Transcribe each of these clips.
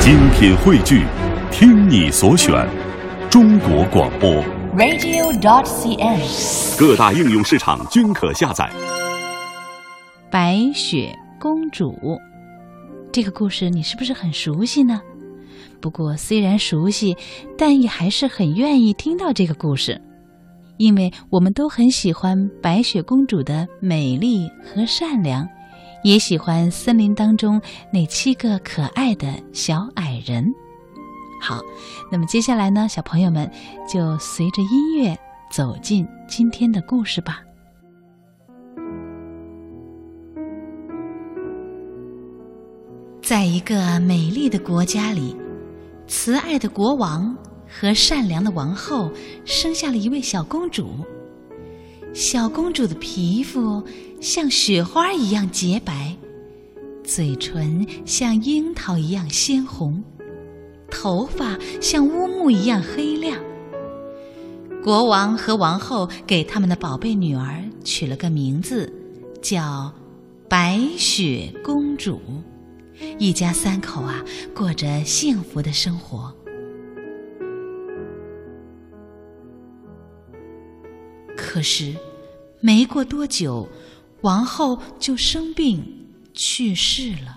精品汇聚，听你所选，中国广播 radio.cn， 各大应用市场均可下载。 白雪公主这个故事你是不是很熟悉呢？不过虽然熟悉，但也还是很愿意听到这个故事，因为我们都很喜欢白雪公主的美丽和善良，也喜欢森林当中那7个可爱的小矮人。好，那么接下来呢，小朋友们就随着音乐走进今天的故事吧。在一个美丽的国家里，慈爱的国王和善良的王后生下了一位小公主。小公主的皮肤像雪花一样洁白，嘴唇像樱桃一样鲜红，头发像乌木一样黑亮。国王和王后给他们的宝贝女儿取了个名字，叫白雪公主。一家3口过着幸福的生活。可是没过多久，王后就生病去世了。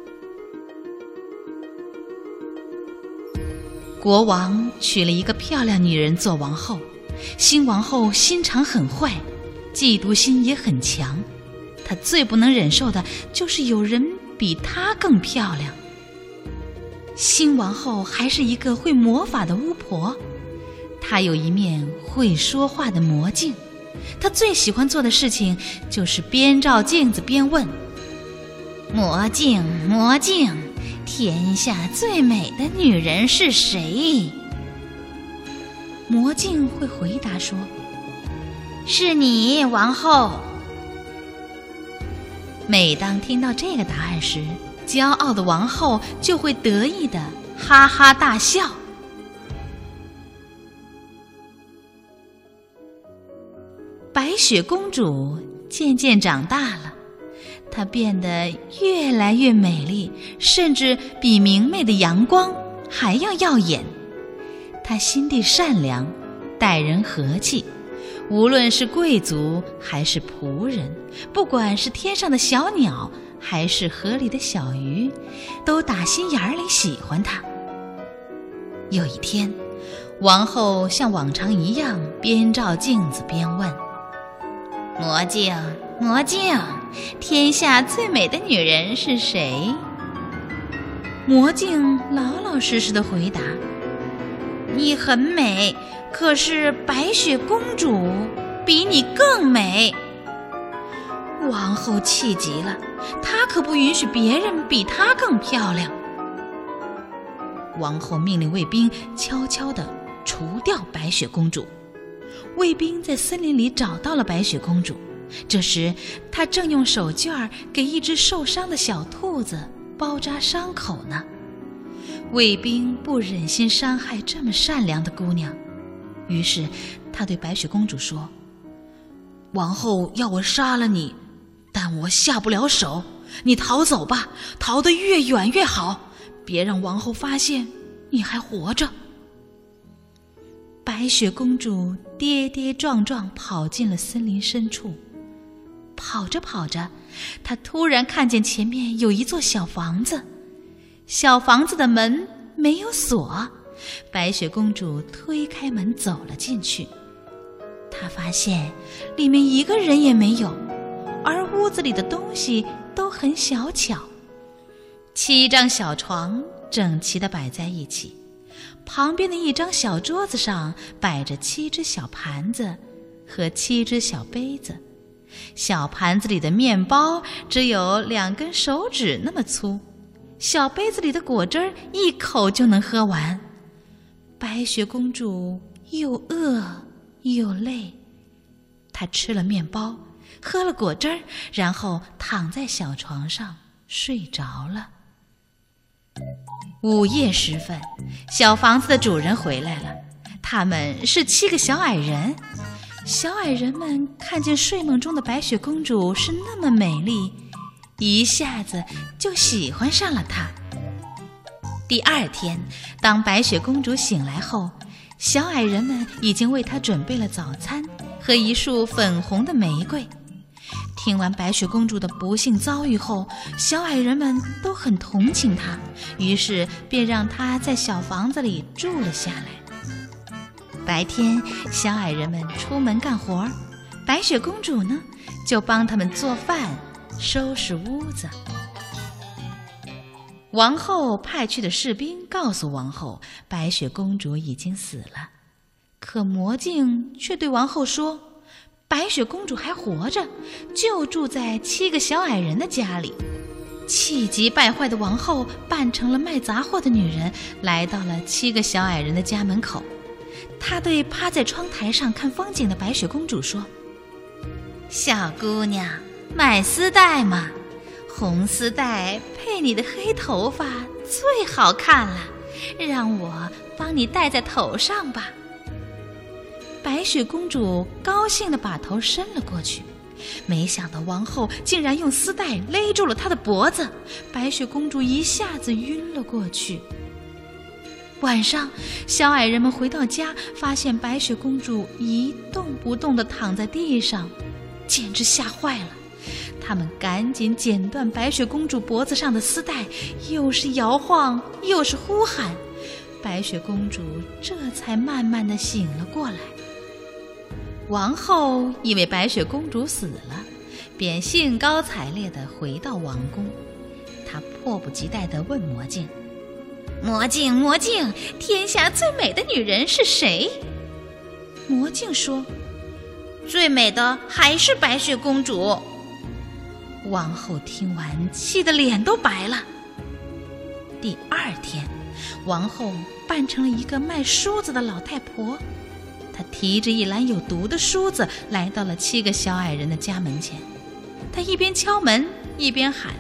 国王娶了一个漂亮女人做王后，新王后心肠很坏，嫉妒心也很强。她最不能忍受的就是有人比她更漂亮。新王后还是一个会魔法的巫婆，她有一面会说话的魔镜。她最喜欢做的事情就是边照镜子边问：魔镜，魔镜，天下最美的女人是谁？魔镜会回答说：是你，王后。每当听到这个答案时，骄傲的王后就会得意地哈哈大笑。白雪公主渐渐长大了，她变得越来越美丽，甚至比明媚的阳光还要耀眼。她心地善良，待人和气，无论是贵族还是仆人，不管是天上的小鸟还是河里的小鱼，都打心眼里喜欢她。有一天，王后像往常一样边照镜子边问：魔镜，魔镜，天下最美的女人是谁？魔镜老老实实地回答：你很美，可是白雪公主比你更美。王后气极了，她可不允许别人比她更漂亮。王后命令卫兵悄悄地除掉白雪公主。卫兵在森林里找到了白雪公主，这时她正用手绢给一只受伤的小兔子包扎伤口呢。卫兵不忍心伤害这么善良的姑娘，于是他对白雪公主说：王后要我杀了你，但我下不了手，你逃走吧，逃得越远越好，别让王后发现你还活着。白雪公主跌跌撞撞跑进了森林深处，跑着跑着，她突然看见前面有一座小房子，小房子的门没有锁，白雪公主推开门走了进去。她发现里面一个人也没有，而屋子里的东西都很小巧。7张小床整齐地摆在一起，旁边的一张小桌子上摆着7只小盘子和7只小杯子，小盘子里的面包只有2根手指那么粗，小杯子里的果汁一口就能喝完。白雪公主又饿又累，她吃了面包，喝了果汁，然后躺在小床上睡着了。午夜时分，小房子的主人回来了，他们是7个小矮人。小矮人们看见睡梦中的白雪公主是那么美丽，一下子就喜欢上了她。 第二天，当白雪公主醒来后，小矮人们已经为她准备了早餐和一束粉红的玫瑰。听完白雪公主的不幸遭遇后，小矮人们都很同情她，于是便让她在小房子里住了下来。白天，小矮人们出门干活，白雪公主呢，就帮他们做饭、收拾屋子。王后派去的士兵告诉王后，白雪公主已经死了。可魔镜却对王后说，白雪公主还活着，就住在7个小矮人的家里。气急败坏的王后扮成了卖杂货的女人，来到了7个小矮人的家门口。她对趴在窗台上看风景的白雪公主说，小姑娘，买丝带吗？红丝带配你的黑头发最好看了，让我帮你戴在头上吧。白雪公主高兴地把头伸了过去，没想到王后竟然用丝带勒住了她的脖子，白雪公主一下子晕了过去。晚上，小矮人们回到家，发现白雪公主一动不动地躺在地上，简直吓坏了。他们赶紧剪断白雪公主脖子上的丝带，又是摇晃又是呼喊，白雪公主这才慢慢地醒了过来。王后以为白雪公主死了，便兴高采烈地回到王宫。她迫不及待地问魔镜，魔镜，魔镜，天下最美的女人是谁？魔镜说，最美的还是白雪公主。王后听完，气得脸都白了。第二天，王后扮成了一个卖梳子的老太婆，她提着一篮有毒的梳子来到了7个小矮人的家门前。她一边敲门一边喊，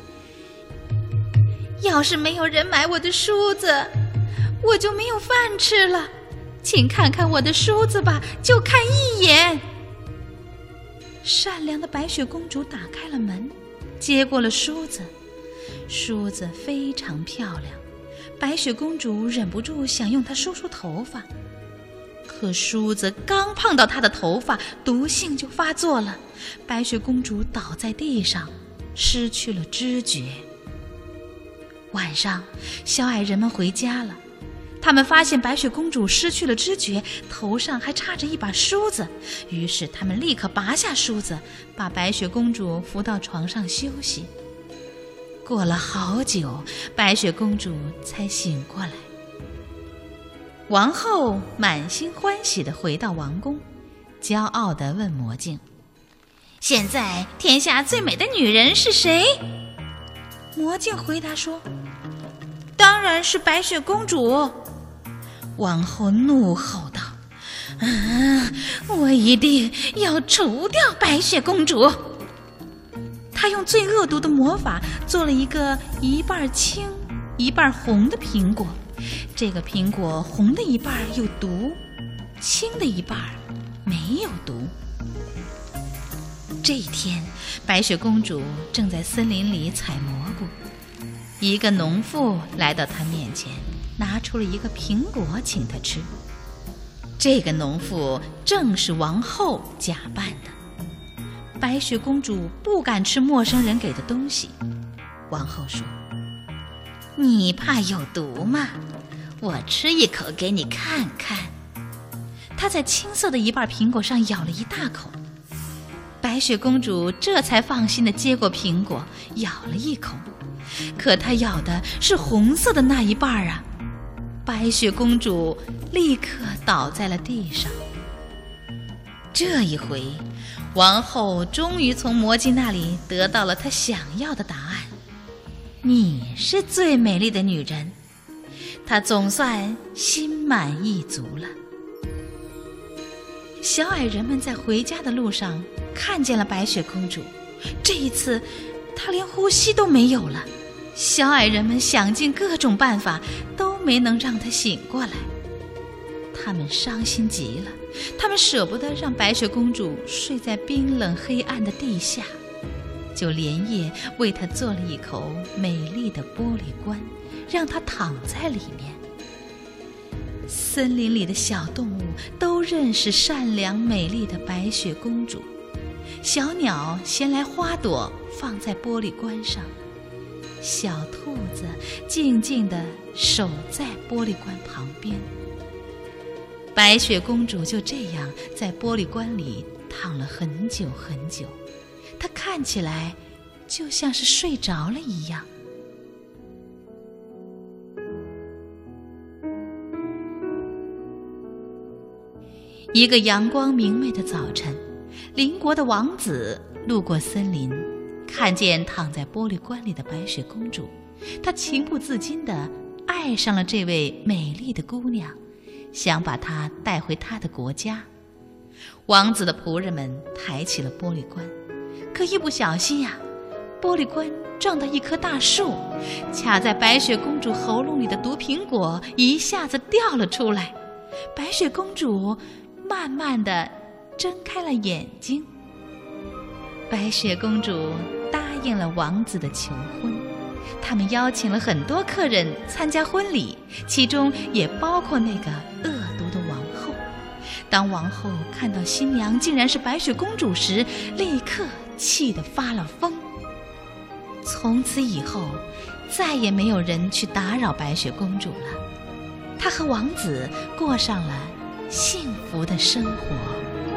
要是没有人买我的梳子，我就没有饭吃了，请看看我的梳子吧，就看一眼。善良的白雪公主打开了门，接过了梳子。梳子非常漂亮，白雪公主忍不住想用它梳梳头发，可梳子刚碰到她的头发，毒性就发作了，白雪公主倒在地上，失去了知觉。晚上，小矮人们回家了，他们发现白雪公主失去了知觉，头上还插着一把梳子，于是他们立刻拔下梳子，把白雪公主扶到床上休息。过了好久，白雪公主才醒过来。王后满心欢喜地回到王宫，骄傲地问魔镜，现在天下最美的女人是谁？魔镜回答说，当然是白雪公主。王后怒吼道，我一定要除掉白雪公主。她用最恶毒的魔法做了一个一半青一半红的苹果，这个苹果红的一半有毒，青的一半没有毒。这一天，白雪公主正在森林里采蘑菇，一个农妇来到她面前，拿出了一个苹果请她吃。这个农妇正是王后假扮的。白雪公主不敢吃陌生人给的东西。王后说，你怕有毒吗？我吃一口给你看看。她在青色的一半苹果上咬了一大口，白雪公主这才放心地接过苹果，咬了一口。可她咬的是红色的那一半啊！白雪公主立刻倒在了地上。这一回，王后终于从魔镜那里得到了她想要的答案，你是最美丽的女人。她总算心满意足了。小矮人们在回家的路上看见了白雪公主，这一次她连呼吸都没有了。小矮人们想尽各种办法，都没能让她醒过来。他们伤心极了，他们舍不得让白雪公主睡在冰冷黑暗的地下。 就连夜为她做了一口美丽的玻璃棺，让她躺在里面。森林里的小动物都认识善良美丽的白雪公主，小鸟衔来花朵放在玻璃棺上，小兔子静静地守在玻璃棺旁边。白雪公主就这样在玻璃棺里躺了很久很久，她看起来就像是睡着了一样。一个阳光明媚的早晨，邻国的王子路过森林，看见躺在玻璃棺里的白雪公主，他情不自禁地爱上了这位美丽的姑娘，想把她带回他的国家。王子的仆人们抬起了玻璃棺，可一不小心呀，玻璃棺撞到一棵大树，卡在白雪公主喉咙里的毒苹果一下子掉了出来。白雪公主慢慢地睁开了眼睛。白雪公主答应了王子的求婚，他们邀请了很多客人参加婚礼，其中也包括那个恶毒的王后。当王后看到新娘竟然是白雪公主时，立刻气得发了疯。从此以后，再也没有人去打扰白雪公主了，她和王子过上了幸福的生活。